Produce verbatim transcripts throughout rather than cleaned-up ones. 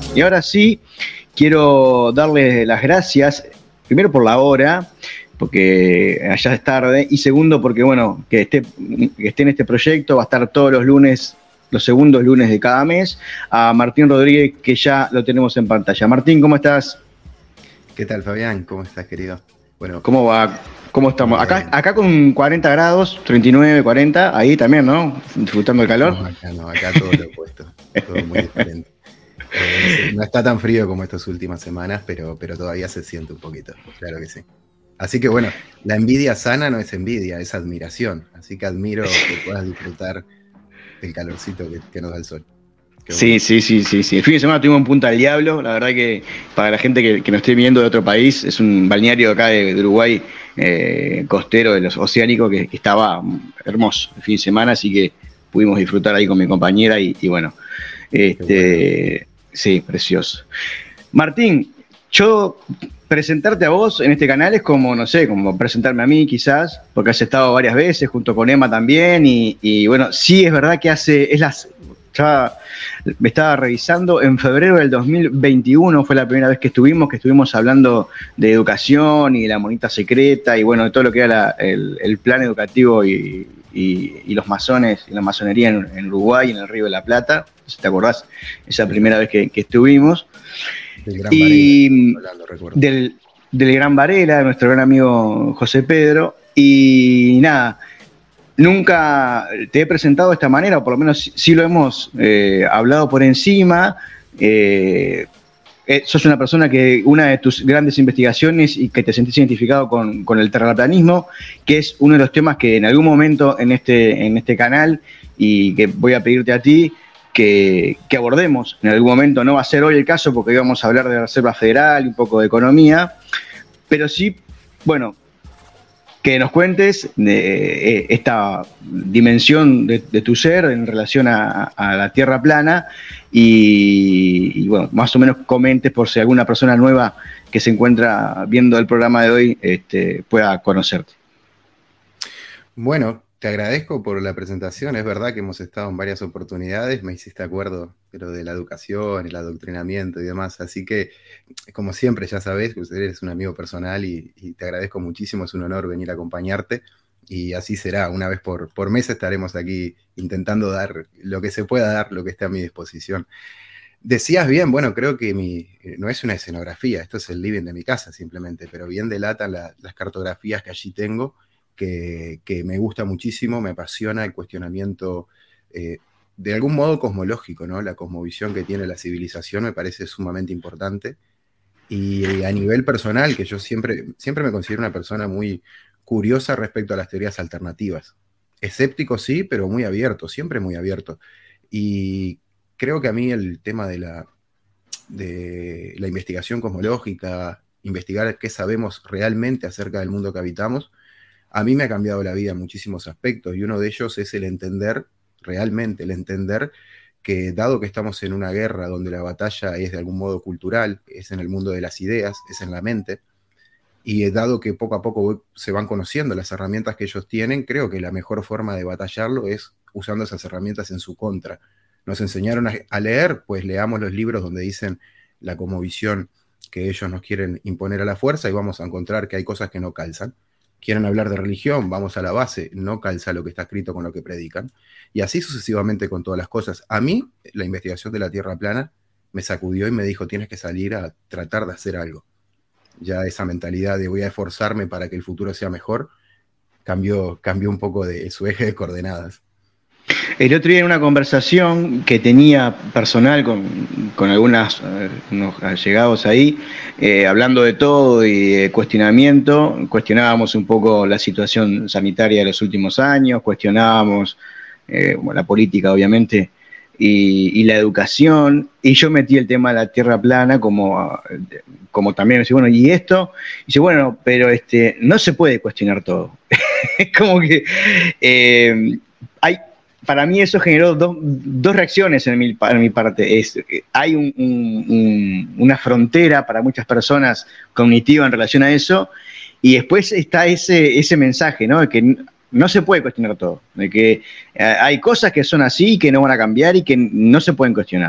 Y ahora sí, quiero darles las gracias, primero por la hora, porque allá es tarde, y segundo porque, bueno, que esté, que esté en este proyecto, va a estar todos los lunes, los segundos lunes de cada mes, a Martín Rodríguez, que ya lo tenemos en pantalla. Martín, ¿cómo estás? ¿Qué tal, Fabián? ¿Cómo estás, querido? Bueno, ¿cómo va? ¿Cómo estamos? Acá, acá con cuarenta grados, treinta y nueve, cuarenta, ahí también, ¿no? Disfrutando el calor. No, acá no, acá todo lo opuesto, todo muy diferente. Eh, no está tan frío como estas últimas semanas, pero, pero todavía se siente un poquito, claro que sí. Así que bueno, la envidia sana no es envidia, es admiración. Así que admiro que puedas disfrutar del calorcito que, que nos da el sol. Qué sí, bueno. sí, sí, sí, sí. El fin de semana tuvimos en Punta del Diablo. La verdad que para la gente que, que nos esté viendo de otro país, es un balneario acá de, de Uruguay, eh, costero, de los oceánicos, que, que estaba hermoso el fin de semana, así que pudimos disfrutar ahí con mi compañera y, y bueno, este, bueno. Sí, precioso. Martín, yo presentarte a vos en este canal es como, no sé, como presentarme a mí quizás, porque has estado varias veces junto con Emma también y, y bueno, sí es verdad que hace, es las, ya me estaba revisando, en febrero del dos mil veintiuno fue la primera vez que estuvimos, que estuvimos hablando de educación y de la monita secreta y bueno, de todo lo que era la, el, el plan educativo y, y, y los masones y la masonería en, en Uruguay, en el Río de la Plata, si te acordás, esa primera vez que, que estuvimos. Del Gran y Varela, hablando, del, del Gran Varela, nuestro gran amigo José Pedro, y nada, nunca te he presentado de esta manera, o por lo menos sí lo hemos eh, hablado por encima. Eh, eh, sos una persona que una de tus grandes investigaciones y que te sentís identificado con, con el terraplanismo, que es uno de los temas que en algún momento en este, en este canal, y que voy a pedirte a ti, Que, que abordemos en algún momento. No va a ser hoy el caso porque íbamos a hablar de la Reserva Federal y un poco de economía, pero sí, bueno, que nos cuentes de, eh, esta dimensión de, de tu ser en relación a, a la Tierra plana y, y, bueno, más o menos comentes por si alguna persona nueva que se encuentra viendo el programa de hoy este, pueda conocerte. Bueno, te agradezco por la presentación. Es verdad que hemos estado en varias oportunidades. Me hiciste acuerdo de lo de la educación, el adoctrinamiento y demás. Así que, como siempre, ya sabés que usted eres un amigo personal y, y te agradezco muchísimo. Es un honor venir a acompañarte. Y así será. Una vez por, por mes estaremos aquí intentando dar lo que se pueda dar, lo que esté a mi disposición. Decías bien, bueno, creo que mi, no es una escenografía. Esto es el living de mi casa simplemente. Pero bien delatan la, las cartografías que allí tengo. Que, que me gusta muchísimo, me apasiona el cuestionamiento eh, de algún modo cosmológico, ¿no? La cosmovisión que tiene la civilización me parece sumamente importante. Y, y a nivel personal, que yo siempre, siempre me considero una persona muy curiosa respecto a las teorías alternativas. Escéptico sí, pero muy abierto, siempre muy abierto. Y creo que a mí el tema de la, de la investigación cosmológica, investigar qué sabemos realmente acerca del mundo que habitamos, a mí me ha cambiado la vida en muchísimos aspectos y uno de ellos es el entender, realmente el entender que dado que estamos en una guerra donde la batalla es de algún modo cultural, es en el mundo de las ideas, es en la mente, y dado que poco a poco se van conociendo las herramientas que ellos tienen, creo que la mejor forma de batallarlo es usando esas herramientas en su contra. Nos enseñaron a, a leer, pues leamos los libros donde dicen la cosmovisión que ellos nos quieren imponer a la fuerza y vamos a encontrar que hay cosas que no calzan. Quieren hablar de religión, vamos a la base, no calza lo que está escrito con lo que predican. Y así sucesivamente con todas las cosas. A mí, la investigación de la Tierra plana me sacudió y me dijo, tienes que salir a tratar de hacer algo. Ya esa mentalidad de voy a esforzarme para que el futuro sea mejor, cambió, cambió un poco de su eje de coordenadas. El otro día en una conversación que tenía personal con, con algunos eh, allegados ahí, eh, hablando de todo y de cuestionamiento, cuestionábamos un poco la situación sanitaria de los últimos años, cuestionábamos eh, bueno, la política obviamente y, y la educación, y yo metí el tema de la Tierra plana como, como también, bueno, ¿y esto? Y dice, bueno, pero este, no se puede cuestionar todo. Es como que eh, hay... Para mí eso generó dos, dos reacciones en mi, en mi parte. Es, hay un, un, un, una frontera para muchas personas cognitiva en relación a eso, y después está ese, ese mensaje, ¿no? De que no se puede cuestionar todo, de que hay cosas que son así, que no van a cambiar y que no se pueden cuestionar.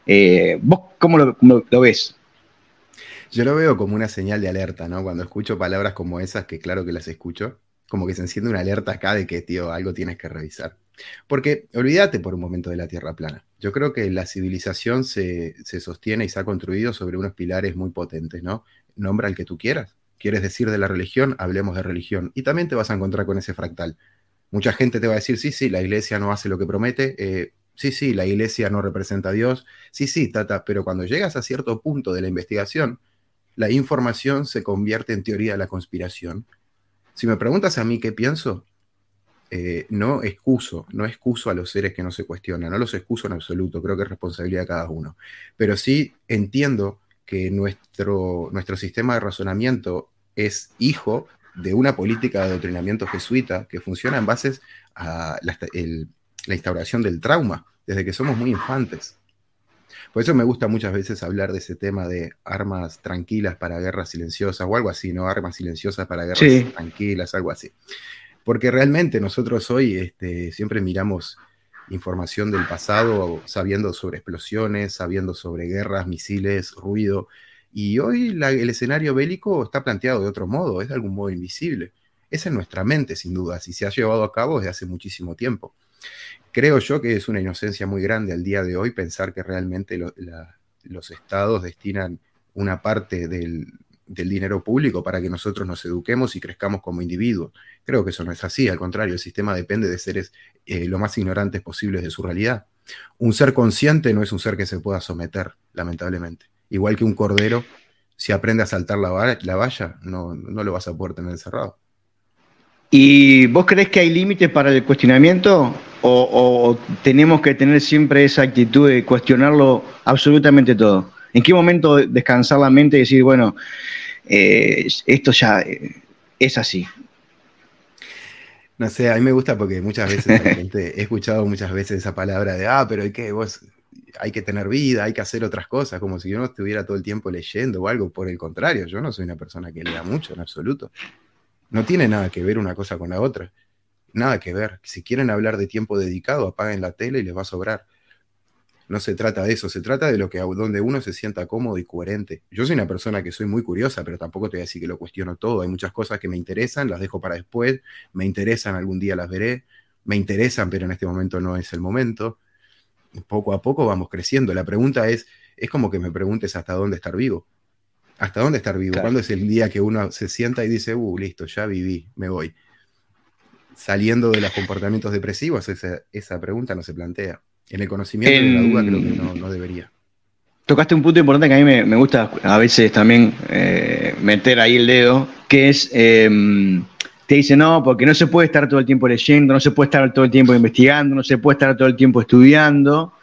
Eh, ¿Vos cómo lo, cómo lo ves? Yo lo veo como una señal de alerta, ¿no? Cuando escucho palabras como esas, que claro que las escucho, como que se enciende una alerta acá de que, tío, algo tienes que revisar. Porque olvídate por un momento de la Tierra plana. Yo creo que la civilización se, se sostiene y se ha construido sobre unos pilares muy potentes, ¿no? Nombra el que tú quieras. ¿Quieres decir de la religión? Hablemos de religión. Y también te vas a encontrar con ese fractal. Mucha gente te va a decir, sí, sí, la iglesia no hace lo que promete, eh, sí, sí, la iglesia no representa a Dios, sí, sí, tata, pero cuando llegas a cierto punto de la investigación, la información se convierte en teoría de la conspiración. Si me preguntas a mí qué pienso, eh, no excuso, no excuso a los seres que no se cuestionan, no los excuso en absoluto, creo que es responsabilidad de cada uno. Pero sí entiendo que nuestro, nuestro sistema de razonamiento es hijo de una política de adoctrinamiento jesuita que funciona en base a la, el, la instauración del trauma, desde que somos muy infantes. Por eso me gusta muchas veces hablar de ese tema de armas tranquilas para guerras silenciosas o algo así, ¿no? Armas silenciosas para guerras Sí. tranquilas, algo así. Porque realmente nosotros hoy este, siempre miramos información del pasado, sabiendo sobre explosiones, sabiendo sobre guerras, misiles, ruido. Y hoy la, el escenario bélico está planteado de otro modo, es de algún modo invisible. Es en nuestra mente, sin duda, y se ha llevado a cabo desde hace muchísimo tiempo. Creo yo que es una inocencia muy grande al día de hoy pensar que realmente lo, la, los estados destinan una parte del, del dinero público para que nosotros nos eduquemos y crezcamos como individuos. Creo que eso no es así, al contrario, el sistema depende de seres eh, lo más ignorantes posibles de su realidad. Un ser consciente no es un ser que se pueda someter, lamentablemente. Igual que un cordero, si aprende a saltar la, va la valla, no, no lo vas a poder tener encerrado. ¿Y vos creés que hay límites para el cuestionamiento? O, ¿O tenemos que tener siempre esa actitud de cuestionarlo absolutamente todo? ¿En qué momento descansar la mente y decir, bueno, eh, esto ya eh, es así? No sé, a mí me gusta porque muchas veces hay gente, he escuchado muchas veces esa palabra de, ah, pero hay que, vos, hay que tener vida, hay que hacer otras cosas, como si yo no estuviera todo el tiempo leyendo o algo. Por el contrario, yo no soy una persona que lea mucho en absoluto. No tiene nada que ver una cosa con la otra. Nada que ver. Si quieren hablar de tiempo dedicado, apaguen la tele y les va a sobrar. No se trata de eso, se trata de lo que donde uno se sienta cómodo y coherente. Yo soy una persona que soy muy curiosa, pero tampoco te voy a decir que lo cuestiono todo. Hay muchas cosas que me interesan, las dejo para después, me interesan, algún día las veré, me interesan, pero en este momento no es el momento. Poco a poco vamos creciendo. La pregunta es, es como que me preguntes hasta dónde estar vivo. ¿Hasta dónde estar vivo? Claro. ¿Cuándo es el día que uno se sienta y dice, uh, listo, ya viví, me voy? Saliendo de los comportamientos depresivos, esa, esa pregunta no se plantea. En el conocimiento En... y en la duda creo que no, no debería. Tocaste un punto importante que a mí me, me gusta a veces también eh, meter ahí el dedo, que es, eh, te dice, no, porque no se puede estar todo el tiempo leyendo, no se puede estar todo el tiempo investigando, no se puede estar todo el tiempo estudiando.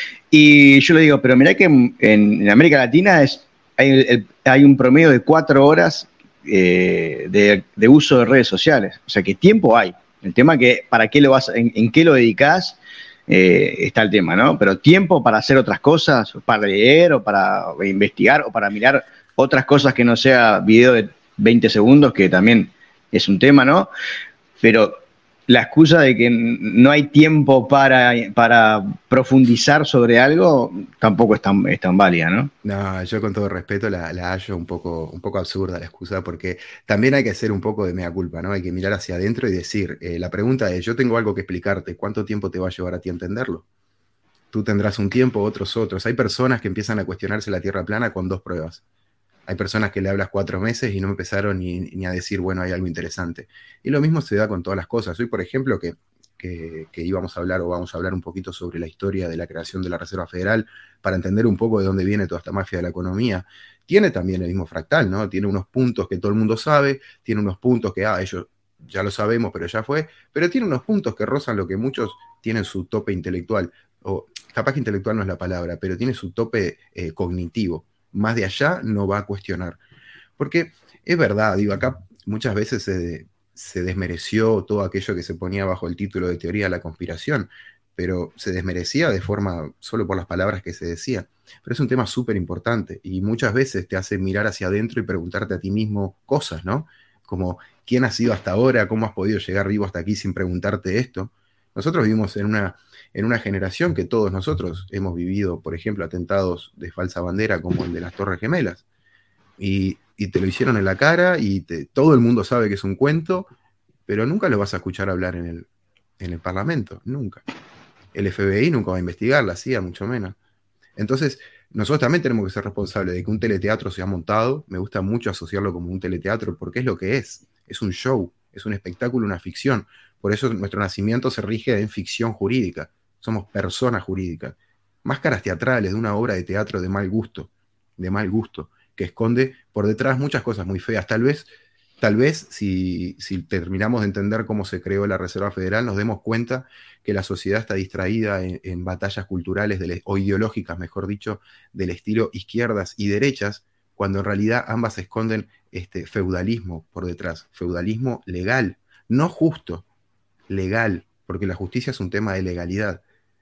Y yo le digo, pero mirá que en, en América Latina es, hay, el, hay un promedio de cuatro horas eh, de, de uso de redes sociales. O sea, que tiempo hay. El tema es que, ¿para qué lo vas, en, en qué lo dedicás? Eh, está el tema, ¿no? Pero tiempo para hacer otras cosas, para leer o para investigar o para mirar otras cosas que no sea video de veinte segundos, que también es un tema, ¿no? Pero la excusa de que no hay tiempo para, para profundizar sobre algo tampoco es tan, es tan válida, ¿no? No, yo con todo respeto la, la hallo un poco, un poco absurda la excusa, porque también hay que hacer un poco de mea culpa, ¿no? Hay que mirar hacia adentro y decir, eh, la pregunta es, yo tengo algo que explicarte, ¿cuánto tiempo te va a llevar a ti a entenderlo? Tú tendrás un tiempo, otros otros. Hay personas que empiezan a cuestionarse la Tierra plana con dos pruebas. Hay personas que le hablas cuatro meses y no empezaron ni, ni a decir, bueno, hay algo interesante. Y lo mismo se da con todas las cosas. Hoy, por ejemplo, que, que, que íbamos a hablar o vamos a hablar un poquito sobre la historia de la creación de la Reserva Federal para entender un poco de dónde viene toda esta mafia de la economía, tiene también el mismo fractal, ¿no? Tiene unos puntos que todo el mundo sabe, tiene unos puntos que, ah, ellos ya lo sabemos, pero ya fue, pero tiene unos puntos que rozan lo que muchos tienen su tope intelectual, o capaz que intelectual no es la palabra, pero tiene su tope eh, cognitivo. Más de allá no va a cuestionar. Porque es verdad, digo, acá muchas veces se, se desmereció todo aquello que se ponía bajo el título de teoría de la conspiración, pero se desmerecía de forma, solo por las palabras que se decían. Pero es un tema súper importante y muchas veces te hace mirar hacia adentro y preguntarte a ti mismo cosas, ¿no? Como, ¿quién has sido hasta ahora? ¿Cómo has podido llegar vivo hasta aquí sin preguntarte esto? Nosotros vivimos en una, en una generación que todos nosotros hemos vivido, por ejemplo, atentados de falsa bandera como el de las Torres Gemelas. Y, y te lo hicieron en la cara y te, todo el mundo sabe que es un cuento, pero nunca lo vas a escuchar hablar en el, en el Parlamento, nunca. El F B I nunca va a investigar, la C I A mucho menos. Entonces, nosotros también tenemos que ser responsables de que un teleteatro se ha montado. Me gusta mucho asociarlo como un teleteatro porque es lo que es. Es un show, es un espectáculo, una ficción. Por eso nuestro nacimiento se rige en ficción jurídica. Somos personas jurídicas. Máscaras teatrales de una obra de teatro de mal gusto, de mal gusto, que esconde por detrás muchas cosas muy feas. Tal vez, tal vez si, si terminamos de entender cómo se creó la Reserva Federal, nos demos cuenta que la sociedad está distraída en, en batallas culturales del, o ideológicas, mejor dicho, del estilo izquierdas y derechas, cuando en realidad ambas esconden este feudalismo por detrás, feudalismo legal, no justo, legal, porque la justicia es un tema de legalidad.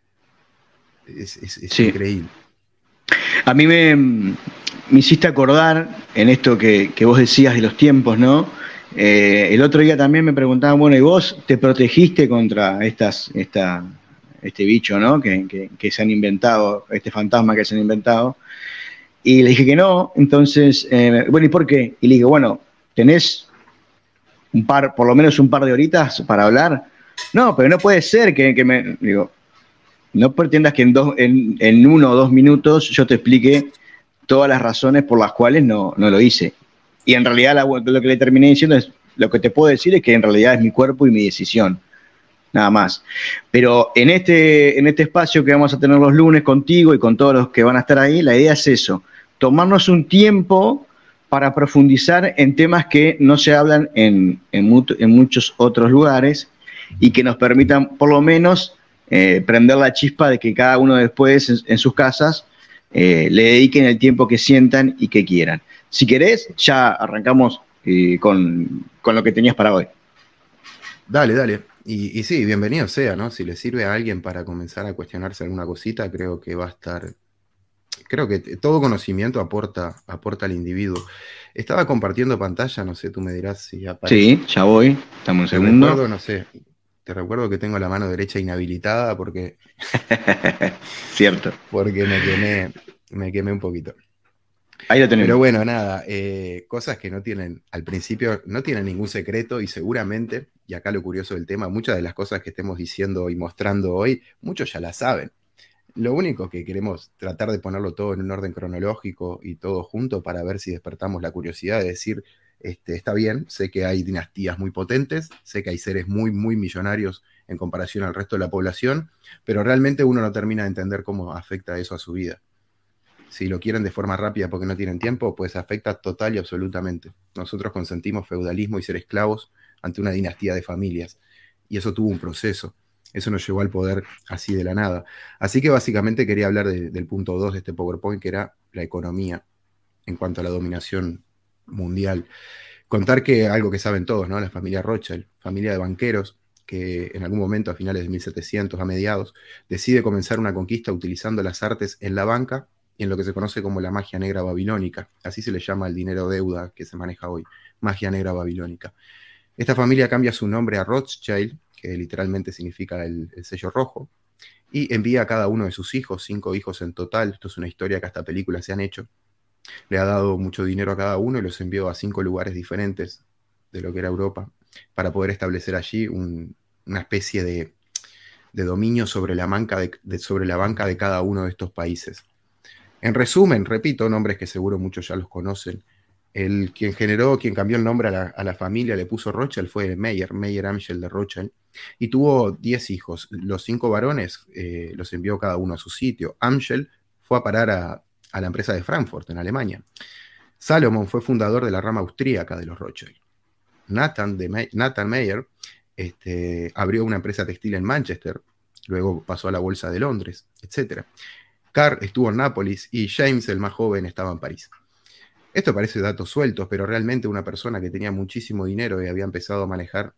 Es, es, es sí. Increíble. A mí me, me hiciste acordar en esto que, que vos decías de los tiempos, ¿no? Eh, el otro día también me preguntaban, bueno, ¿y vos te protegiste contra estas, esta, este bicho, ¿no? Que, que, que se han inventado, este fantasma que se han inventado. Y le dije que no, entonces, eh, bueno, ¿y por qué? Y le dije, bueno, ¿tenés un par, por lo menos un par de horitas para hablar? No, pero no puede ser que, que me... Digo, no pretendas que en, dos, en, en uno o dos minutos yo te explique todas las razones por las cuales no, no lo hice. Y en realidad la, lo que le terminé diciendo es, lo que te puedo decir es que en realidad es mi cuerpo y mi decisión, nada más. Pero en este, en este espacio que vamos a tener los lunes contigo y con todos los que van a estar ahí, la idea es eso, tomarnos un tiempo para profundizar en temas que no se hablan en, en, mutu, en muchos otros lugares y que nos permitan por lo menos eh, prender la chispa de que cada uno después en, en sus casas eh, le dediquen el tiempo que sientan y que quieran. Si querés, ya arrancamos eh, con, con lo que tenías para hoy. Dale, dale. Y, y sí, bienvenido sea, ¿no? Si le sirve a alguien para comenzar a cuestionarse alguna cosita, creo que va a estar... Creo que todo conocimiento aporta, aporta al individuo. Estaba compartiendo pantalla, no sé, tú me dirás si aparece. Sí, ya voy. Estamos un te segundo. Recuerdo, no sé, te recuerdo que tengo la mano derecha inhabilitada porque... Cierto. Porque me quemé, me quemé un poquito. Ahí lo tenemos. Pero bueno, nada, eh, cosas que no tienen, al principio, no tienen ningún secreto y seguramente, y acá lo curioso del tema, muchas de las cosas que estemos diciendo y mostrando hoy, muchos ya las saben. Lo único que queremos tratar de ponerlo todo en un orden cronológico y todo junto para ver si despertamos la curiosidad de decir, este, está bien, sé que hay dinastías muy potentes, sé que hay seres muy, muy millonarios en comparación al resto de la población, pero realmente uno no termina de entender cómo afecta eso a su vida. Si lo quieren de forma rápida porque no tienen tiempo, pues afecta total y absolutamente. Nosotros consentimos feudalismo y ser esclavos ante una dinastía de familias. Y eso tuvo un proceso. Eso nos llevó al poder así de la nada. Así que básicamente quería hablar de, del punto dos de este PowerPoint, que era la economía en cuanto a la dominación mundial. Contar que algo que saben todos, ¿no? La familia Rothschild, familia de banqueros, que en algún momento a finales de mil setecientos, a mediados, decide comenzar una conquista utilizando las artes en la banca y en lo que se conoce como la magia negra babilónica. Así se le llama el dinero deuda que se maneja hoy, magia negra babilónica. Esta familia cambia su nombre a Rothschild, que literalmente significa el, el sello rojo, y envía a cada uno de sus hijos, cinco hijos en total, esto es una historia que hasta películas se han hecho, le ha dado mucho dinero a cada uno y los envió a cinco lugares diferentes de lo que era Europa, para poder establecer allí un, una especie de, de dominio sobre la, banca de, de, sobre la banca de cada uno de estos países. En resumen, repito, nombres que seguro muchos ya los conocen. El quien generó, quien cambió el nombre a la, a la familia, le puso Rothschild, fue Meyer, Meyer Amschel de Rothschild, y tuvo diez hijos. Los cinco varones eh, los envió cada uno a su sitio. Amschel fue a parar a, a la empresa de Frankfurt, en Alemania. Salomon fue fundador de la rama austríaca de los Rothschild. Nathan, de May, Nathan Meyer este, abrió una empresa textil en Manchester, luego pasó a la Bolsa de Londres, etcétera. Carr estuvo en Nápoles y James, el más joven, estaba en París. Esto parece datos sueltos, pero realmente una persona que tenía muchísimo dinero y había empezado a manejar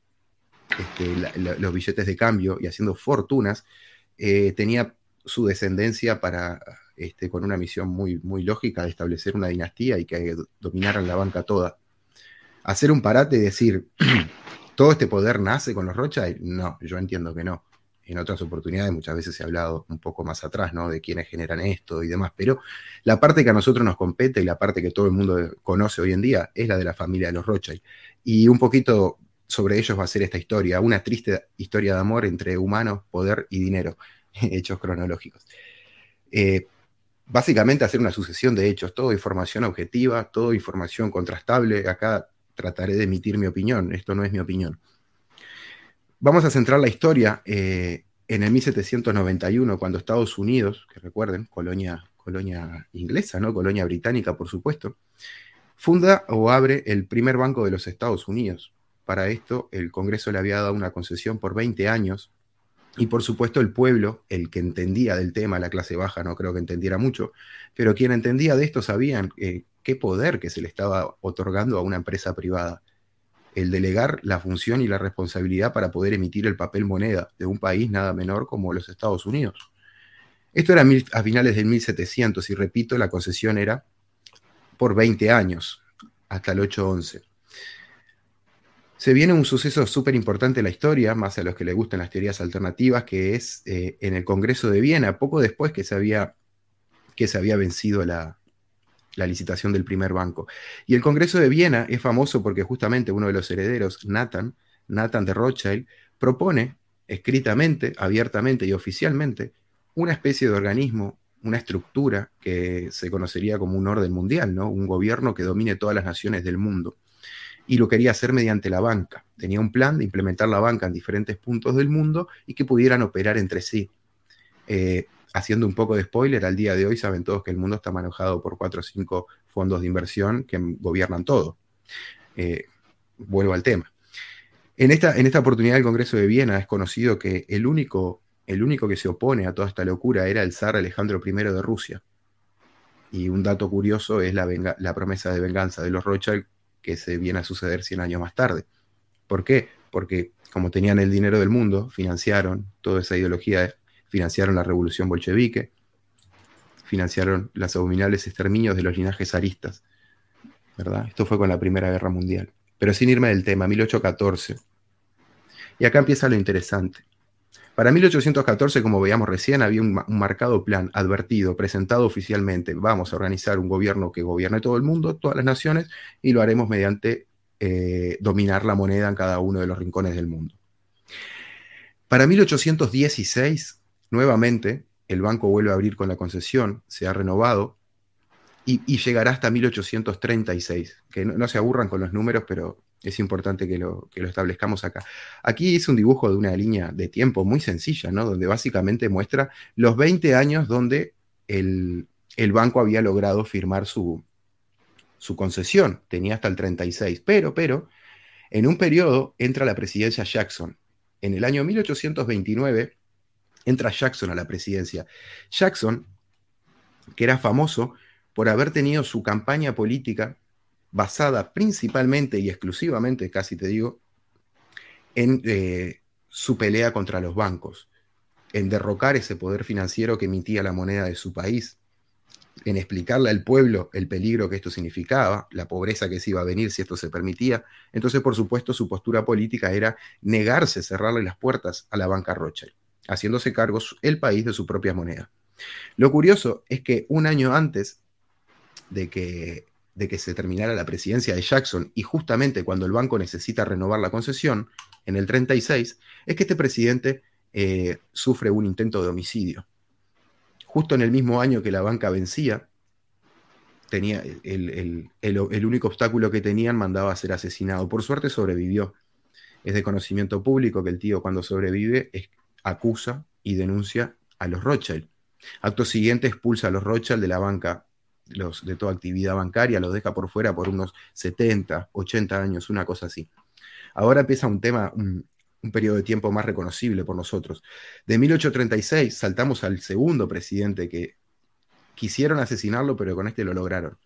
este, la, la, los billetes de cambio y haciendo fortunas, eh, tenía su descendencia para, este, con una misión muy, muy lógica de establecer una dinastía y que dominaran la banca toda. Hacer un parate y decir, ¿todo este poder nace con los Rothschild? No, yo entiendo que no. en otras oportunidades muchas veces se ha hablado un poco más atrás, ¿no? De quiénes generan esto y demás, pero la parte que a nosotros nos compete y la parte que todo el mundo conoce hoy en día es la de la familia de los Rothschild. Y un poquito sobre ellos va a ser esta historia, una triste historia de amor entre humanos, poder y dinero, hechos cronológicos. Eh, básicamente hacer una sucesión de hechos, toda información objetiva, toda información contrastable. Acá trataré de emitir mi opinión, esto no es mi opinión. Vamos a centrar la historia eh, en el mil setecientos noventa y uno, cuando Estados Unidos, que recuerden, colonia, colonia inglesa, ¿no? Colonia británica, por supuesto, funda o abre el primer banco de los Estados Unidos. Para esto, el Congreso le había dado una concesión por veinte años, y por supuesto el pueblo, el que entendía del tema, la clase baja no creo que entendiera mucho, pero quien entendía de esto sabían eh, qué poder que se le estaba otorgando a una empresa privada. El delegar la función y la responsabilidad para poder emitir el papel moneda de un país nada menor como los Estados Unidos. Esto era mil, a finales del mil setecientos, y repito, la concesión era por veinte años, hasta el ocho once. Se viene un suceso súper importante en la historia, más a los que les gustan las teorías alternativas, que es eh, en el Congreso de Viena, poco después que se había, que se había vencido la, la licitación del primer banco. Y el Congreso de Viena es famoso porque justamente uno de los herederos, Nathan, Nathan de Rothschild, propone escritamente, abiertamente y oficialmente una especie de organismo, una estructura que se conocería como un orden mundial, ¿no? Un gobierno que domine todas las naciones del mundo. Y lo quería hacer mediante la banca. Tenía un plan de implementar la banca en diferentes puntos del mundo y que pudieran operar entre sí. Eh, haciendo un poco de spoiler, al día de hoy saben todos que el mundo está manejado por cuatro o cinco fondos de inversión que gobiernan todo. Eh, vuelvo al tema. En esta, en esta oportunidad del Congreso de Viena es conocido que el único, el único que se opone a toda esta locura era el zar Alejandro primero de Rusia. Y un dato curioso es la, venga, la promesa de venganza de los Rothschild, que se viene a suceder cien años más tarde. ¿Por qué? Porque como tenían el dinero del mundo, financiaron toda esa ideología, financiaron la revolución bolchevique, financiaron los abominables exterminios de los linajes zaristas, ¿verdad? Esto fue con la Primera Guerra Mundial. Pero sin irme del tema, mil ochocientos catorce. Y acá empieza lo interesante. Para mil ochocientos catorce, como veíamos recién, había un, un marcado plan advertido, presentado oficialmente. Vamos a organizar un gobierno que gobierne todo el mundo, todas las naciones, y lo haremos mediante eh, dominar la moneda en cada uno de los rincones del mundo. Para mil ochocientos dieciséis, nuevamente, el banco vuelve a abrir con la concesión, se ha renovado, y, y llegará hasta mil ochocientos treinta y seis. Que no, no se aburran con los números, pero es importante que lo, que lo establezcamos acá. Aquí hice un dibujo de una línea de tiempo muy sencilla, ¿no? Donde básicamente muestra los veinte años donde el, el banco había logrado firmar su, su concesión. Tenía hasta el treinta y seis. Pero, pero, en un periodo entra la presidencia Jackson. En el año mil ochocientos veintinueve entra Jackson a la presidencia. Jackson, que era famoso por haber tenido su campaña política basada principalmente y exclusivamente, casi te digo, en eh, su pelea contra los bancos, en derrocar ese poder financiero que emitía la moneda de su país, en explicarle al pueblo el peligro que esto significaba, la pobreza que se iba a venir si esto se permitía. Entonces, por supuesto, su postura política era negarse, cerrarle las puertas a la banca Rothschild, haciéndose cargo el país de su propia moneda. Lo curioso es que un año antes de que de que se terminara la presidencia de Jackson, y justamente cuando el banco necesita renovar la concesión, en el treinta y seis, es que este presidente eh, sufre un intento de homicidio. Justo en el mismo año que la banca vencía, tenía el, el, el, el único obstáculo que tenían mandaba a ser asesinado. Por suerte sobrevivió. Es de conocimiento público que el tío, cuando sobrevive, es, acusa y denuncia a los Rothschild. Acto siguiente expulsa a los Rothschild de la banca, Los, de toda actividad bancaria, los deja por fuera por unos setenta, ochenta años, una cosa así. Ahora empieza un tema, un, un periodo de tiempo más reconocible por nosotros. De mil ochocientos treinta y seis saltamos al segundo presidente que quisieron asesinarlo, pero con este lo lograron.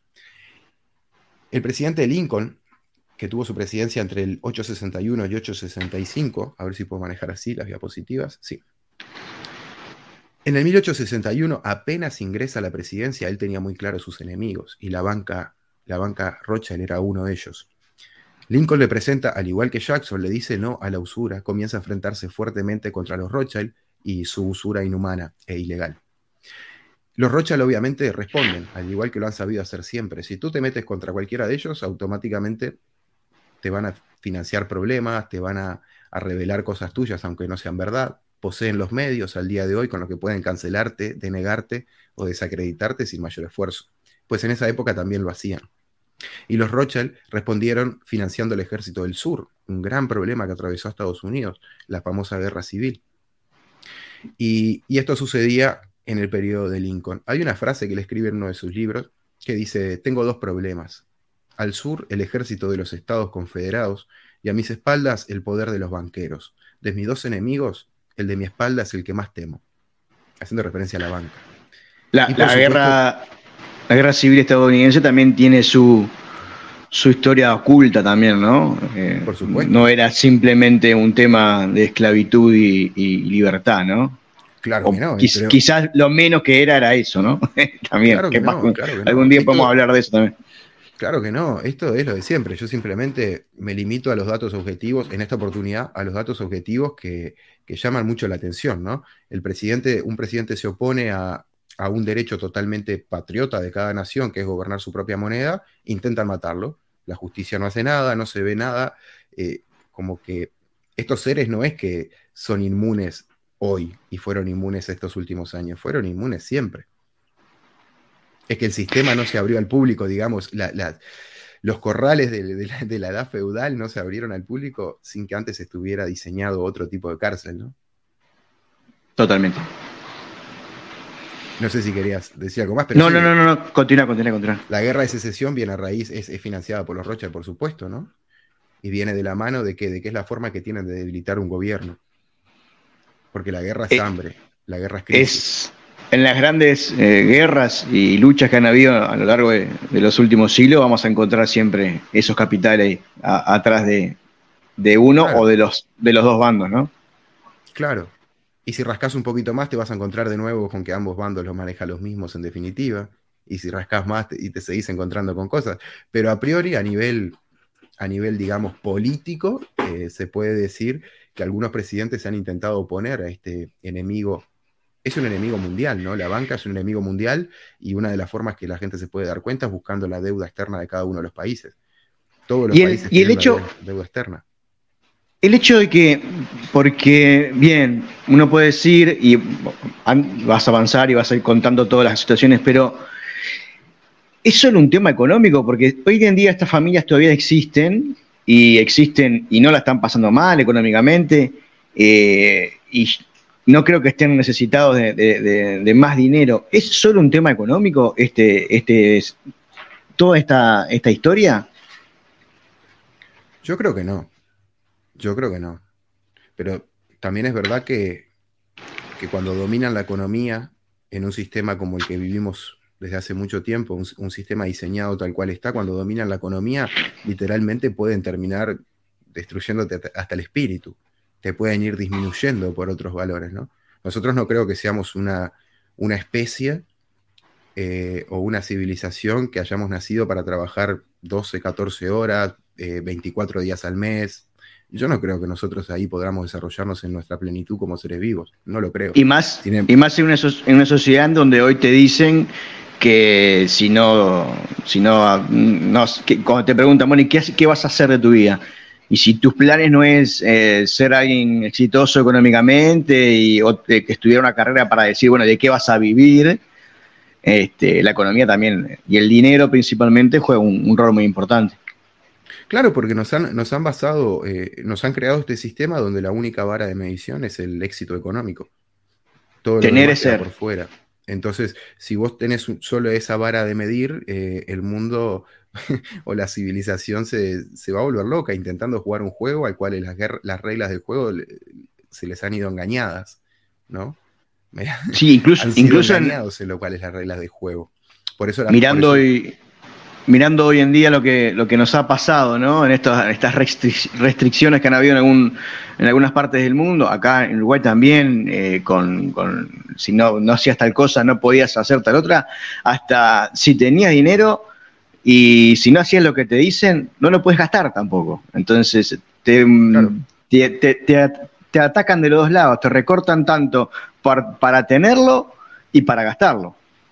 El presidente Lincoln, que tuvo su presidencia entre el ochocientos sesenta y uno y ochocientos sesenta y cinco, a ver si puedo manejar así las diapositivas, sí. En el mil ochocientos sesenta y uno apenas ingresa a la presidencia, él tenía muy claro sus enemigos, y la banca, la banca Rothschild era uno de ellos. Lincoln le presenta, al igual que Jackson, le dice no a la usura, comienza a enfrentarse fuertemente contra los Rothschild, y su usura inhumana e ilegal. Los Rothschild obviamente responden, al igual que lo han sabido hacer siempre. Si tú te metes contra cualquiera de ellos, automáticamente te van a financiar problemas, te van a, a revelar cosas tuyas, aunque no sean verdad. Poseen los medios al día de hoy con los que pueden cancelarte, denegarte o desacreditarte sin mayor esfuerzo. Pues en esa época también lo hacían. Y los Rothschild respondieron financiando el Ejército del Sur, un gran problema que atravesó a Estados Unidos, la famosa Guerra Civil. Y, y esto sucedía en el periodo de Lincoln. Hay una frase que le escribe en uno de sus libros que dice: tengo dos problemas. Al sur, el ejército de los Estados Confederados, y a mis espaldas, el poder de los banqueros. De mis dos enemigos, el de mi espalda es el que más temo. Haciendo referencia a la banca. La, la, supuesto, guerra, la guerra civil estadounidense también tiene su, su historia oculta también, ¿no? Eh, por supuesto. No era simplemente un tema de esclavitud y, y libertad, ¿no? Claro que no. Quiz, pero... Quizás lo menos que era era eso, ¿no? También. Claro que no, claro que no. Algún día Esto, podemos hablar de eso también. Claro que no, esto es lo de siempre. Yo simplemente me limito a los datos objetivos, en esta oportunidad, a los datos objetivos que, que llaman mucho la atención, ¿no? El presidente, un presidente se opone a, a un derecho totalmente patriota de cada nación, que es gobernar su propia moneda, intentan matarlo. La justicia no hace nada, no se ve nada. Eh, como que estos seres no es que son inmunes hoy y fueron inmunes estos últimos años, fueron inmunes siempre. Es que el sistema no se abrió al público, digamos, la, la, los corrales de, de, la, de la edad feudal no se abrieron al público sin que antes estuviera diseñado otro tipo de cárcel, ¿no? Totalmente. No sé si querías decir algo más, pero no, sí, no, no, no, no, continúa, continúa, continúa. La guerra de secesión viene a raíz, es, es financiada por los Rothschild, por supuesto, ¿no? Y viene de la mano de que, de que es la forma que tienen de debilitar un gobierno. Porque la guerra es eh, hambre, la guerra es crisis. Es, en las grandes eh, guerras y luchas que han habido a lo largo de, de los últimos siglos, vamos a encontrar siempre esos capitales a, atrás de, de uno claro. o de los, de los dos bandos, ¿no? Claro. Y si rascas un poquito más, te vas a encontrar de nuevo con que ambos bandos los manejan los mismos en definitiva. Y si rascas más te, y te seguís encontrando con cosas. Pero a priori, a nivel, a nivel digamos, político, eh, se puede decir que algunos presidentes se han intentado oponer a este enemigo. Es un enemigo mundial, ¿no? La banca es un enemigo mundial y una de las formas que la gente se puede dar cuenta es buscando la deuda externa de cada uno de los países. Todos los y el, países y el tienen hecho, deuda, deuda externa. El hecho de que, porque, bien, uno puede decir, y vas a avanzar y vas a ir contando todas las situaciones, pero es solo un tema económico, porque hoy en día estas familias todavía existen, y existen y no la están pasando mal económicamente, eh, y no creo que estén necesitados de, de, de, de más dinero. ¿Es solo un tema económico este, este, toda esta, esta historia? Yo creo que no. Yo creo que no. Pero también es verdad que, que cuando dominan la economía en un sistema como el que vivimos desde hace mucho tiempo, un, un sistema diseñado tal cual está, cuando dominan la economía, literalmente pueden terminar destruyéndote hasta el espíritu. Te pueden ir disminuyendo por otros valores, ¿no? Nosotros no creo que seamos una, una especie eh, o una civilización que hayamos nacido para trabajar doce, catorce horas, eh, veinticuatro días al mes. Yo no creo que nosotros ahí podamos desarrollarnos en nuestra plenitud como seres vivos. No lo creo. Y más, Sin y más en, una, en una sociedad donde hoy te dicen que si no, si no, no que cuando te preguntan, bueno, ¿y qué, qué vas a hacer de tu vida? Y si tus planes no es eh, ser alguien exitoso económicamente y, o que estudiar una carrera para decir, bueno, ¿de qué vas a vivir? Este, la economía también, y el dinero principalmente, juega un, un rol muy importante. Claro, porque nos han, nos han basado, eh, nos han creado este sistema donde la única vara de medición es el éxito económico. Todo Tener lo demás ese queda por fuera. Entonces, si vos tenés solo esa vara de medir, eh, el mundo o la civilización se, se va a volver loca intentando jugar un juego al cual las, las reglas del juego se les han ido engañadas, ¿no? Sí, incluso, han sido incluso engañados en, en lo cual es las reglas del juego. Por eso la, mirando por eso, y mirando hoy en día lo que, lo que nos ha pasado, ¿no? En estas, estas restric- restricciones que han habido en, algún, en algunas partes del mundo, acá en Uruguay también, eh, con, con si no, no hacías tal cosa, no podías hacer tal otra, hasta si tenías dinero y si no hacías lo que te dicen, no lo puedes gastar tampoco. Entonces, te, claro. te, te, te, te atacan de los dos lados, te recortan tanto por, para tenerlo y para gastarlo.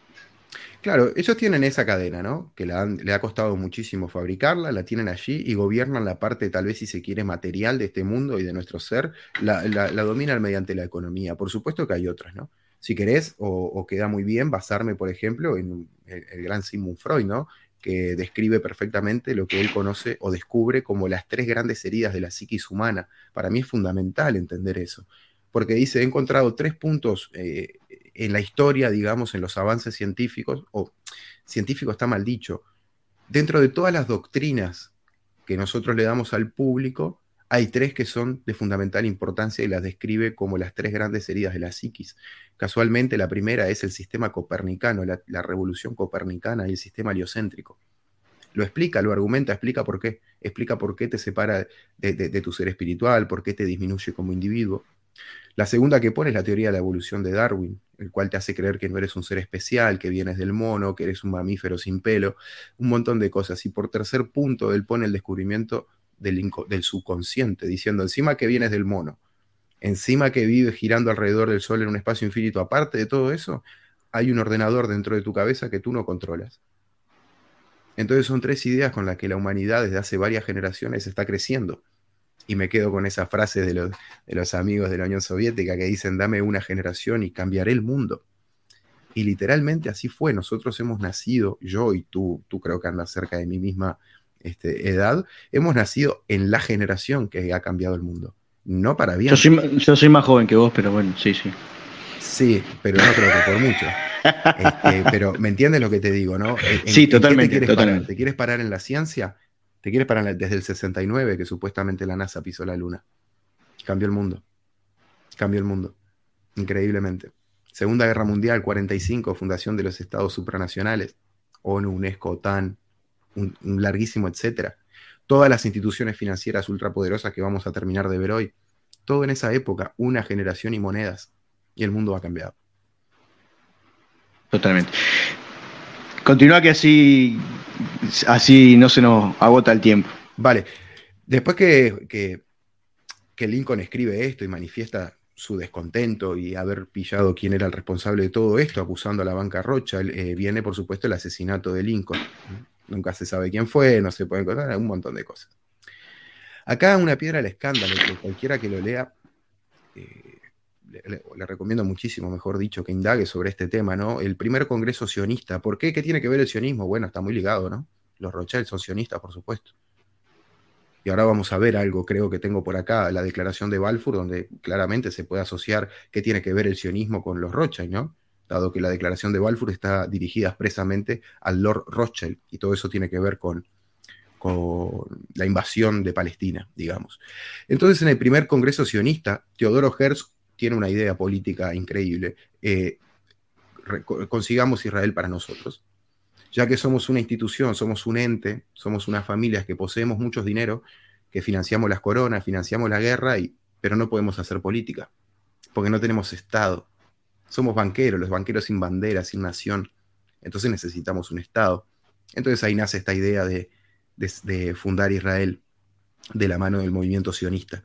Claro, ellos tienen esa cadena, ¿no? Que la han- le ha costado muchísimo fabricarla, la tienen allí y gobiernan la parte, tal vez si se quiere, material de este mundo y de nuestro ser, la, la- la dominan mediante la economía. Por supuesto que hay otras, ¿no? Si querés, o, o queda muy bien basarme, por ejemplo, en el, el gran Sigmund Freud, ¿no? Que describe perfectamente lo que él conoce o descubre como las tres grandes heridas de la psiquis humana. Para mí es fundamental entender eso, porque dice, he encontrado tres puntos eh, en la historia, digamos, en los avances científicos, o científico está mal dicho, dentro de todas las doctrinas que nosotros le damos al público, hay tres que son de fundamental importancia y las describe como las tres grandes heridas de la psiquis. Casualmente, la primera es el sistema copernicano, la, la revolución copernicana y el sistema heliocéntrico. Lo explica, lo argumenta, explica por qué. Explica por qué te separa de, de, de tu ser espiritual, por qué te disminuye como individuo. La segunda que pone es la teoría de la evolución de Darwin, el cual te hace creer que no eres un ser especial, que vienes del mono, que eres un mamífero sin pelo, un montón de cosas. Y por tercer punto, él pone el descubrimiento del, del subconsciente, diciendo encima que vienes del mono, encima que vives girando alrededor del sol en un espacio infinito, aparte de todo eso, hay un ordenador dentro de tu cabeza que tú no controlas. Entonces son tres ideas con las que la humanidad desde hace varias generaciones está creciendo. Y me quedo con esa frase de los, de los amigos de la Unión Soviética que dicen, dame una generación y cambiaré el mundo. Y literalmente así fue. Nosotros hemos nacido, yo y tú, tú creo que andas cerca de mi misma este, edad, hemos nacido en la generación que ha cambiado el mundo. No para bien. Yo soy, yo soy más joven que vos, pero bueno, sí, sí. Sí, pero no creo que por mucho. Este, pero ¿me entiendes lo que te digo, no? ¿En, Sí, en qué totalmente, te quieres totalmente. parar? ¿Te quieres parar en la ciencia? ¿Te quieres parar en la- desde el sesenta y nueve, que supuestamente la NASA pisó la luna? Cambió el mundo. Cambió el mundo. Increíblemente. Segunda Guerra Mundial, cuarenta y cinco, fundación de los Estados supranacionales, ONU, UNESCO, OTAN, un, un larguísimo etcétera. Todas las instituciones financieras ultrapoderosas que vamos a terminar de ver hoy. Todo en esa época, una generación y monedas. Y el mundo ha cambiado. Totalmente. Continúa que así, así no se nos agota el tiempo. Vale. Después que, que, que Lincoln escribe esto y manifiesta su descontento y haber pillado quién era el responsable de todo esto, acusando a la banca Rothschild, eh, viene por supuesto el asesinato de Lincoln. Nunca se sabe quién fue, no se puede encontrar, un montón de cosas. Acá una piedra al escándalo, que cualquiera que lo lea, eh, le, le, le recomiendo muchísimo, mejor dicho, que indague sobre este tema, ¿no? El primer congreso sionista. ¿Por qué? ¿Qué tiene que ver el sionismo? Bueno, está muy ligado, ¿no? Los Rothschild son sionistas, por supuesto. Y ahora vamos a ver algo, creo que tengo por acá, la declaración de Balfour, donde claramente se puede asociar qué tiene que ver el sionismo con los Rothschild, ¿no? Dado que la declaración de Balfour está dirigida expresamente al Lord Rothschild, y todo eso tiene que ver con, con la invasión de Palestina, digamos. Entonces, en el primer congreso sionista, Teodoro Herzl tiene una idea política increíble. Eh, consigamos Israel para nosotros. Ya que somos una institución, somos un ente, somos unas familias que poseemos mucho dinero, que financiamos las coronas, financiamos la guerra, y, pero no podemos hacer política, porque no tenemos Estado. Somos banqueros, los banqueros sin bandera, sin nación. Entonces necesitamos un Estado. Entonces ahí nace esta idea de, de, de fundar Israel de la mano del movimiento sionista.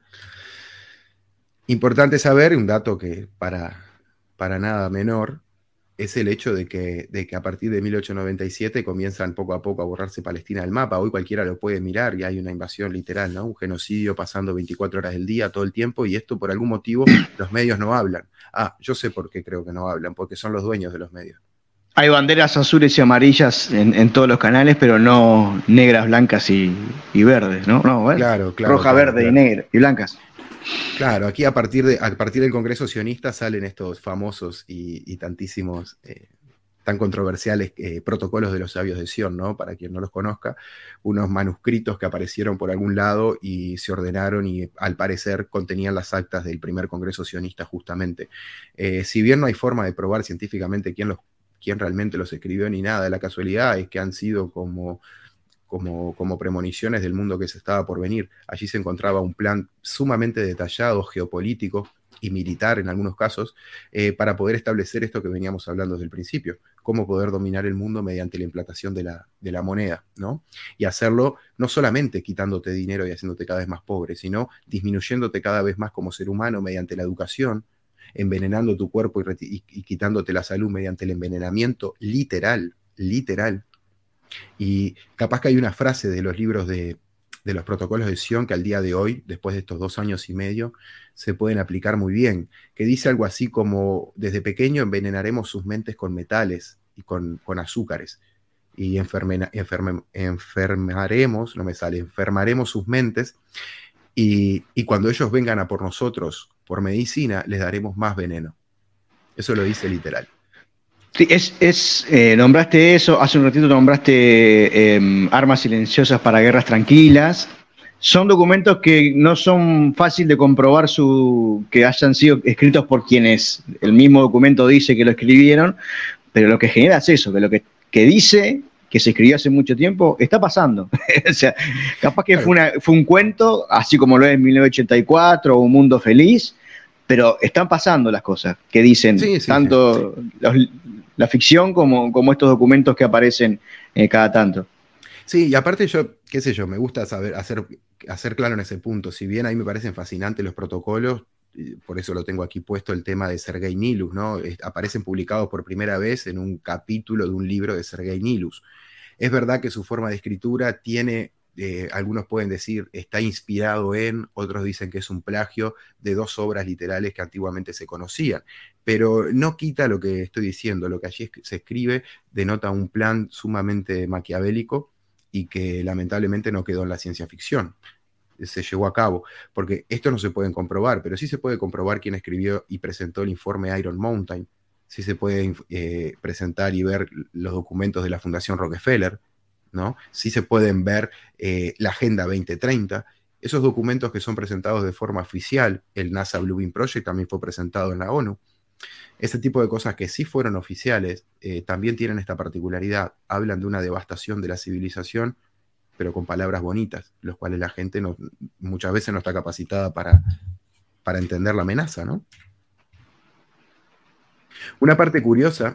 Importante saber, un dato que para, para nada menor, es el hecho de que, de que a partir de mil ochocientos noventa y siete comienzan poco a poco a borrarse Palestina del mapa. Hoy cualquiera lo puede mirar y hay una invasión literal, ¿no? Un genocidio pasando veinticuatro horas del día, todo el tiempo, y esto por algún motivo los medios no hablan. Ah, yo sé por qué creo que no hablan, porque son los dueños de los medios. Hay banderas azules y amarillas en, en todos los canales, pero no negras, blancas y, y verdes, ¿no? No, bueno, claro, claro, roja, claro, verde claro. y negra y blancas. Claro, aquí a partir, de, a partir del Congreso Sionista salen estos famosos y, y tantísimos, eh, tan controversiales eh, protocolos de los sabios de Sion, ¿no? Para quien no los conozca, unos manuscritos que aparecieron por algún lado y se ordenaron y al parecer contenían las actas del primer Congreso Sionista justamente. Eh, si bien no hay forma de probar científicamente quién, los, quién realmente los escribió ni nada, la casualidad es que han sido como... Como, como premoniciones del mundo que se estaba por venir. Allí se encontraba un plan sumamente detallado, geopolítico, y militar en algunos casos, eh, para poder establecer esto que veníamos hablando desde el principio, cómo poder dominar el mundo mediante la implantación de la, de la moneda, ¿no? Y hacerlo no solamente quitándote dinero y haciéndote cada vez más pobre, sino disminuyéndote cada vez más como ser humano mediante la educación, envenenando tu cuerpo y, y, y quitándote la salud mediante el envenenamiento literal, literal. Y capaz que hay una frase de los libros de, de los protocolos de Sion que al día de hoy, después de estos dos años y medio, se pueden aplicar muy bien, que dice algo así como: desde pequeño envenenaremos sus mentes con metales y con, con azúcares, y enferme, enferme, enfermaremos, no me sale, enfermaremos sus mentes, y, y cuando ellos vengan a por nosotros, por medicina, les daremos más veneno. Eso lo dice literal. Sí, es, es eh, nombraste eso, hace un ratito nombraste eh, armas silenciosas para guerras tranquilas. Son documentos que no son fácil de comprobar su, que hayan sido escritos por quienes el mismo documento dice que lo escribieron, pero lo que genera es eso, que lo que, que dice que se escribió hace mucho tiempo está pasando. O sea, capaz que fue, una, fue un cuento, así como lo es en mil novecientos ochenta y cuatro o Un Mundo Feliz, pero están pasando las cosas que dicen, sí, sí, tanto sí. Los, la ficción como, como estos documentos que aparecen eh, cada tanto. Sí, y aparte yo, qué sé yo, me gusta saber hacer, hacer claro en ese punto. Si bien a mí me parecen fascinantes los protocolos, por eso lo tengo aquí puesto, el tema de Sergei Nilus, ¿no? Aparecen publicados por primera vez en un capítulo de un libro de Sergei Nilus. Es verdad que su forma de escritura tiene, eh, algunos pueden decir, está inspirado en, otros dicen que es un plagio de dos obras literales que antiguamente se conocían, pero no quita lo que estoy diciendo. Lo que allí se escribe denota un plan sumamente maquiavélico y que lamentablemente no quedó en la ciencia ficción. Se llevó a cabo, porque esto no se puede comprobar, pero sí se puede comprobar quién escribió y presentó el informe Iron Mountain, sí se puede eh, presentar y ver los documentos de la Fundación Rockefeller, ¿no? Sí se pueden ver eh, la Agenda veinte treinta, esos documentos que son presentados de forma oficial. El NASA Bluebeam Project también fue presentado en la ONU. Ese tipo de cosas que sí fueron oficiales eh, también tienen esta particularidad, hablan de una devastación de la civilización, pero con palabras bonitas, los cuales la gente no, muchas veces no está capacitada para, para entender la amenaza, ¿no? Una parte curiosa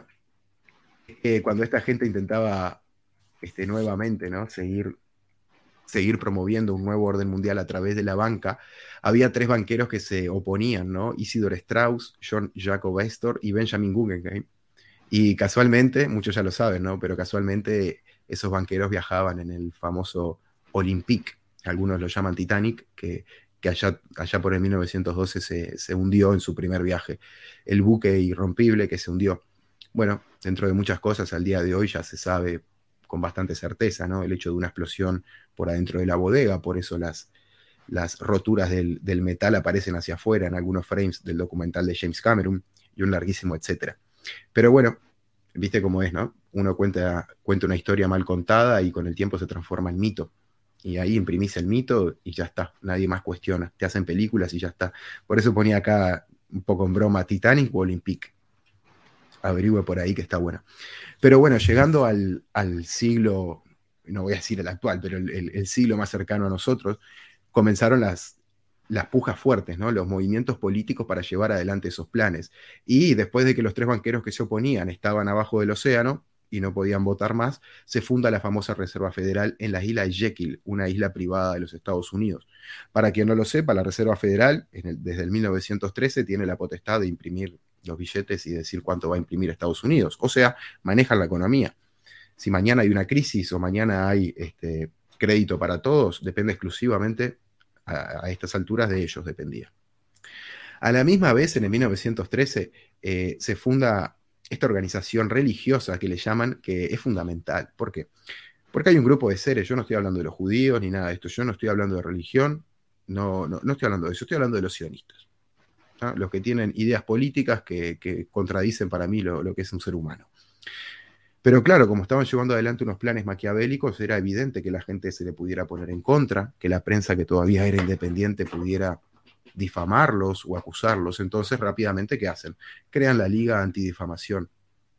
es que cuando esta gente intentaba este, nuevamente, ¿no? seguir, seguir promoviendo un nuevo orden mundial a través de la banca, había tres banqueros que se oponían, ¿no? Isidor Strauss, John Jacob Astor y Benjamin Guggenheim. Y casualmente, muchos ya lo saben, ¿no? Pero casualmente esos banqueros viajaban en el famoso Olympique, algunos lo llaman Titanic, que, que allá, allá por el mil novecientos doce se, se hundió en su primer viaje. El buque irrompible que se hundió. Bueno, dentro de muchas cosas, al día de hoy ya se sabe con bastante certeza, ¿no? El hecho de una explosión por adentro de la bodega, por eso las, las roturas del, del metal aparecen hacia afuera en algunos frames del documental de James Cameron y un larguísimo etcétera. Pero bueno, viste cómo es, ¿no? Uno cuenta, cuenta una historia mal contada y con el tiempo se transforma en mito. Y ahí imprimís el mito y ya está, nadie más cuestiona. Te hacen películas y ya está. Por eso ponía acá un poco en broma Titanic o Olympique. Averigüe por ahí que está buena. Pero bueno, llegando al, al siglo, no voy a decir el actual, pero el, el, el siglo más cercano a nosotros, comenzaron las, las pujas fuertes, ¿no? Los movimientos políticos para llevar adelante esos planes. Y después de que los tres banqueros que se oponían estaban abajo del océano y no podían votar más, se funda la famosa Reserva Federal en la isla de Jekyll, una isla privada de los Estados Unidos. Para quien no lo sepa, la Reserva Federal, en el, desde el mil novecientos trece, tiene la potestad de imprimir los billetes y decir cuánto va a imprimir Estados Unidos. O sea, manejan la economía. Si mañana hay una crisis o mañana hay este, crédito para todos, depende exclusivamente a, a estas alturas de ellos, dependía. A la misma vez, en el mil novecientos trece, eh, se funda esta organización religiosa que le llaman, que es fundamental. ¿Por qué? Porque hay un grupo de seres, yo no estoy hablando de los judíos ni nada de esto, yo no estoy hablando de religión, no, no, no estoy hablando de eso, estoy hablando de los sionistas. ¿No? Los que tienen ideas políticas que, que contradicen para mí lo, lo que es un ser humano. Pero claro, como estaban llevando adelante unos planes maquiavélicos, era evidente que la gente se le pudiera poner en contra, que la prensa que todavía era independiente pudiera difamarlos o acusarlos. Entonces, rápidamente, ¿qué hacen? Crean la Liga Antidifamación,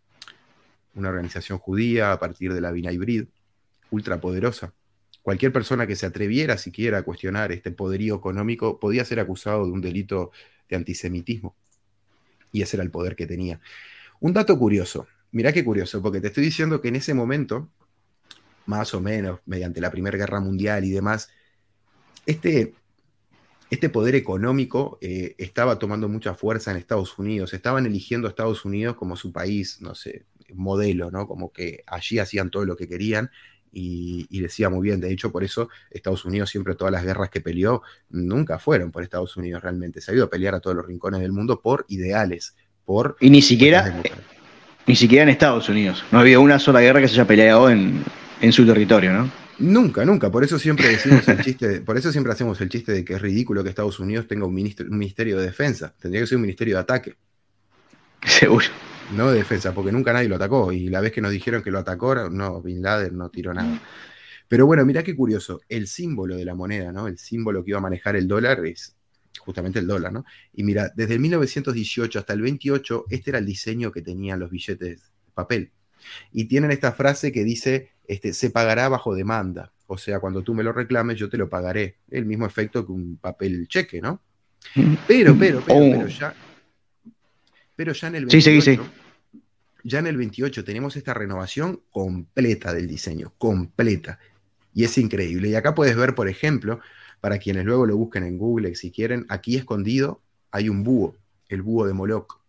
una organización judía a partir de la B'nai B'rith, ultrapoderosa. Cualquier persona que se atreviera siquiera a cuestionar este poderío económico podía ser acusado de un delito de antisemitismo. Y ese era el poder que tenía. Un dato curioso, mirá qué curioso, porque te estoy diciendo que en ese momento, más o menos, mediante la Primera Guerra Mundial y demás, este, este poder económico eh, estaba tomando mucha fuerza en Estados Unidos. Estaban eligiendo a Estados Unidos como su país, no sé, modelo, ¿no? Como que allí hacían todo lo que querían y, y les iba muy bien. De hecho, por eso Estados Unidos siempre, todas las guerras que peleó, nunca fueron por Estados Unidos realmente. Se ha ido a pelear a todos los rincones del mundo por ideales, por... Y ni siquiera, ni siquiera en Estados Unidos. No ha habido una sola guerra que se haya peleado en, en su territorio, ¿no? Nunca, nunca. Por eso siempre decimos el chiste, de, por eso siempre hacemos el chiste de que es ridículo que Estados Unidos tenga un, ministro, un ministerio de defensa. Tendría que ser un ministerio de ataque. Seguro. No de defensa, porque nunca nadie lo atacó. Y la vez que nos dijeron que lo atacó, no, Bin Laden no tiró nada. Pero bueno, mirá qué curioso. El símbolo de la moneda, ¿no? El símbolo que iba a manejar el dólar es justamente el dólar, ¿no? Y mira, desde el mil novecientos dieciocho hasta el veintiocho, este era el diseño que tenían los billetes de papel. Y tienen esta frase que dice, este, se pagará bajo demanda. O sea, cuando tú me lo reclames, yo te lo pagaré. El mismo efecto que un papel cheque, ¿no? Pero, pero, pero, oh. pero ya... Pero ya en el veintiocho, sí, sí, sí. ya en el veintiocho tenemos esta renovación completa del diseño, completa. Y es increíble. Y acá puedes ver, por ejemplo, para quienes luego lo busquen en Google, si quieren, aquí escondido hay un búho, el búho de Moloch.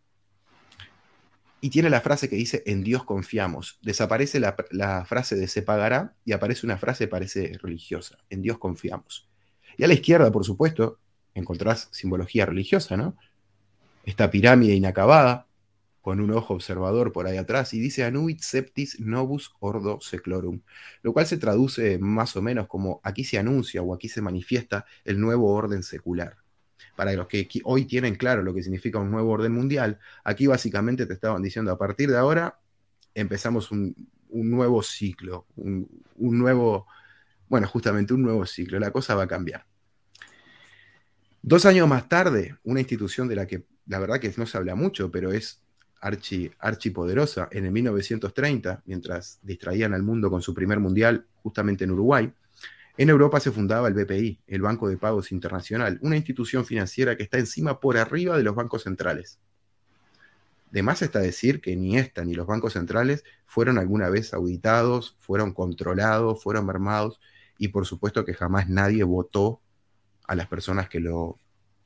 Y tiene la frase que dice, en Dios confiamos. Desaparece la, la frase de se pagará y aparece una frase que parece religiosa, en Dios confiamos. Y a la izquierda, por supuesto, encontrás simbología religiosa, ¿no? Esta pirámide inacabada, con un ojo observador por ahí atrás, y dice Anuit Septis Novus Ordo Seclorum, lo cual se traduce más o menos como aquí se anuncia o aquí se manifiesta el nuevo orden secular. Para los que hoy tienen claro lo que significa un nuevo orden mundial, aquí básicamente te estaban diciendo, a partir de ahora empezamos un, un nuevo ciclo, un, un nuevo, bueno, justamente un nuevo ciclo, la cosa va a cambiar. Dos años más tarde, una institución de la que la verdad que no se habla mucho, pero es archi, archipoderosa, en el mil novecientos treinta, mientras distraían al mundo con su primer mundial, justamente en Uruguay, en Europa se fundaba el B P I, el Banco de Pagos Internacional, una institución financiera que está encima por arriba de los bancos centrales. De más está decir que ni esta ni los bancos centrales fueron alguna vez auditados, fueron controlados, fueron mermados, y por supuesto que jamás nadie votó a las personas que lo,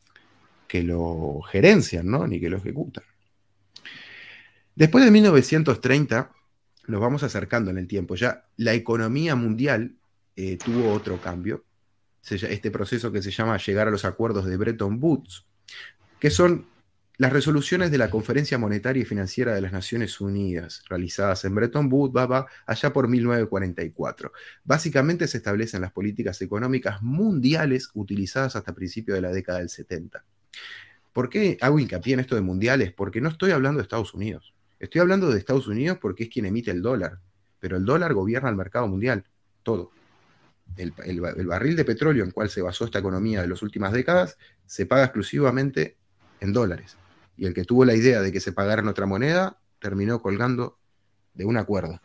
que lo gerencian, ¿no? Ni que lo ejecutan. Después de mil novecientos treinta, nos vamos acercando en el tiempo. Ya la economía mundial eh, tuvo otro cambio. Este proceso que se llama llegar a los acuerdos de Bretton Woods, que son las resoluciones de la Conferencia Monetaria y Financiera de las Naciones Unidas, realizadas en Bretton Woods, va, va, allá por mil novecientos cuarenta y cuatro. Básicamente se establecen las políticas económicas mundiales utilizadas hasta principios de la década del setenta. ¿Por qué hago hincapié en esto de mundiales? Porque no estoy hablando de Estados Unidos. Estoy hablando de Estados Unidos porque es quien emite el dólar, pero el dólar gobierna el mercado mundial, todo. El, el, el barril de petróleo en cual se basó esta economía de las últimas décadas se paga exclusivamente en dólares. Y el que tuvo la idea de que se pagara en otra moneda terminó colgando de una cuerda.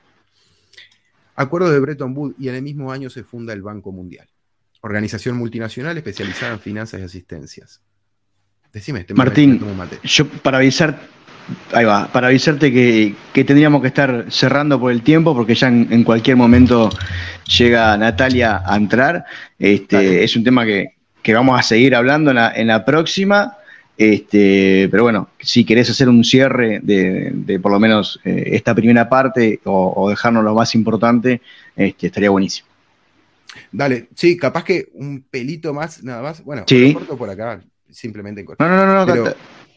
Acuerdo de Bretton Woods, y en el mismo año se funda el Banco Mundial, organización multinacional especializada en finanzas y asistencias. Decime, te Martín, yo para avisar, ahí va, para avisarte que, que tendríamos que estar cerrando por el tiempo, porque ya en, en cualquier momento llega Natalia a entrar. Este, es un tema que, que vamos a seguir hablando en la, en la próxima. Este, pero bueno, si querés hacer un cierre de, de por lo menos eh, esta primera parte o, o dejarnos lo más importante, este, estaría buenísimo. Dale, sí, capaz que un pelito más, nada más. Bueno, sí. Lo corto por acá, simplemente corto. No, no, no, no. Pero,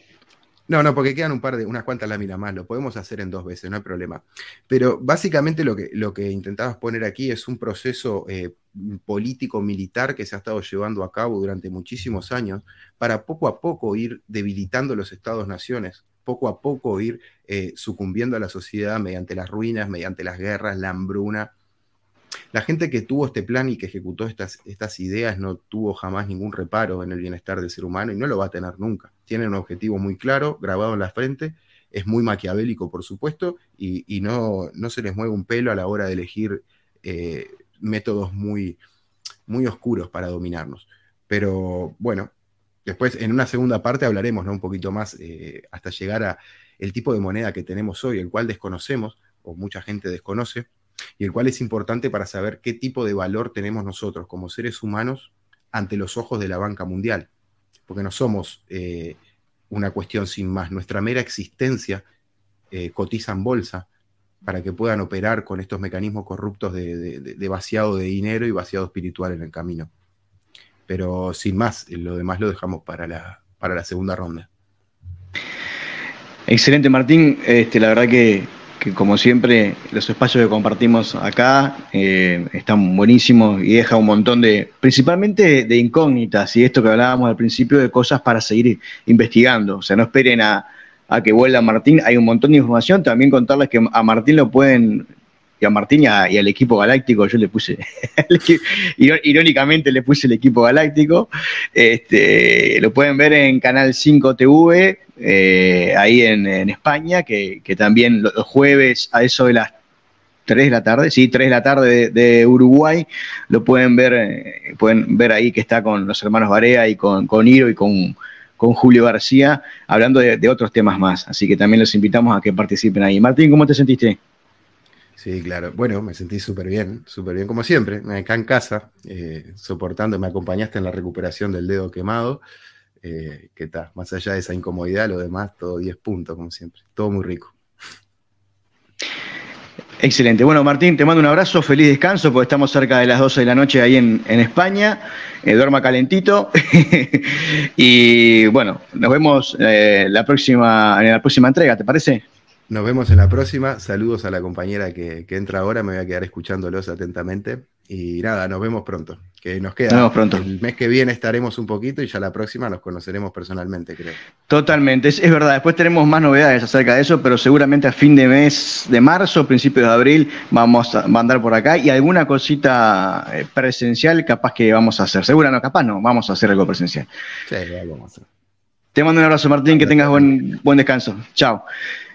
no, no, porque quedan un par de, unas cuantas láminas más, lo podemos hacer en dos veces, no hay problema. Pero básicamente lo que, lo que intentabas poner aquí es un proceso eh, político-militar que se ha estado llevando a cabo durante muchísimos años para poco a poco ir debilitando los estados-naciones, poco a poco ir eh, sucumbiendo a la sociedad mediante las ruinas, mediante las guerras, la hambruna. La gente que tuvo este plan y que ejecutó estas, estas ideas no tuvo jamás ningún reparo en el bienestar del ser humano y no lo va a tener nunca. Tienen un objetivo muy claro, grabado en la frente, es muy maquiavélico, por supuesto, y, y no, no se les mueve un pelo a la hora de elegir eh, métodos muy, muy oscuros para dominarnos. Pero bueno, Después, en una segunda parte, hablaremos, ¿no? Un poquito más eh, hasta llegar a el tipo de moneda que tenemos hoy, el cual desconocemos, o mucha gente desconoce, y el cual es importante para saber qué tipo de valor tenemos nosotros como seres humanos ante los ojos de la banca mundial. Porque no somos eh, una cuestión sin más. Nuestra mera existencia eh, cotiza en bolsa para que puedan operar con estos mecanismos corruptos de, de, de vaciado de dinero y vaciado espiritual en el camino. Pero sin más, lo demás lo dejamos para la, para la segunda ronda. Excelente, Martín. Este, la verdad que, que como siempre, los espacios que compartimos acá eh, están buenísimos y deja un montón de, principalmente de incógnitas y esto que hablábamos al principio, de cosas para seguir investigando. O sea, no esperen a, a que vuelva Martín. Hay un montón de información. También contarles que a Martín lo pueden... y a Martín y, a, y al equipo galáctico, yo le puse, irónicamente le puse el equipo galáctico, este, lo pueden ver en Canal cinco T V, eh, ahí en, en España, que, que también los jueves a eso de las tres de la tarde, sí, tres de la tarde de, de Uruguay, lo pueden ver, eh, pueden ver ahí que está con los hermanos Barea y con, con Iro y con, con Julio García, hablando de, de otros temas más, así que también los invitamos a que participen ahí. Martín, ¿cómo te sentiste? Sí, claro. Bueno, me sentí súper bien, súper bien como siempre, acá en casa, eh, soportando, me acompañaste en la recuperación del dedo quemado, eh, que está, más allá de esa incomodidad, lo demás, todo diez puntos, como siempre, todo muy rico. Excelente. Bueno, Martín, te mando un abrazo, feliz descanso, porque estamos cerca de las doce de la noche ahí en, en España, eh, duerma calentito, y bueno, nos vemos eh, la próxima, en la próxima entrega, ¿te parece? Nos vemos en la próxima. Saludos a la compañera que, que entra ahora. Me voy a quedar escuchándolos atentamente. Y nada, nos vemos pronto. Que nos queda. Nos vemos pronto. El mes que viene estaremos un poquito y ya la próxima nos conoceremos personalmente, creo. Totalmente, es, es verdad. Después tenemos más novedades acerca de eso, pero seguramente a fin de mes de marzo, principios de abril, vamos a, va a andar por acá y alguna cosita presencial capaz que vamos a hacer. Segura no, capaz no, vamos a hacer algo presencial. Sí, algo vamos a hacer. Te mando un abrazo, Martín, que tengas buen, buen descanso. Chao.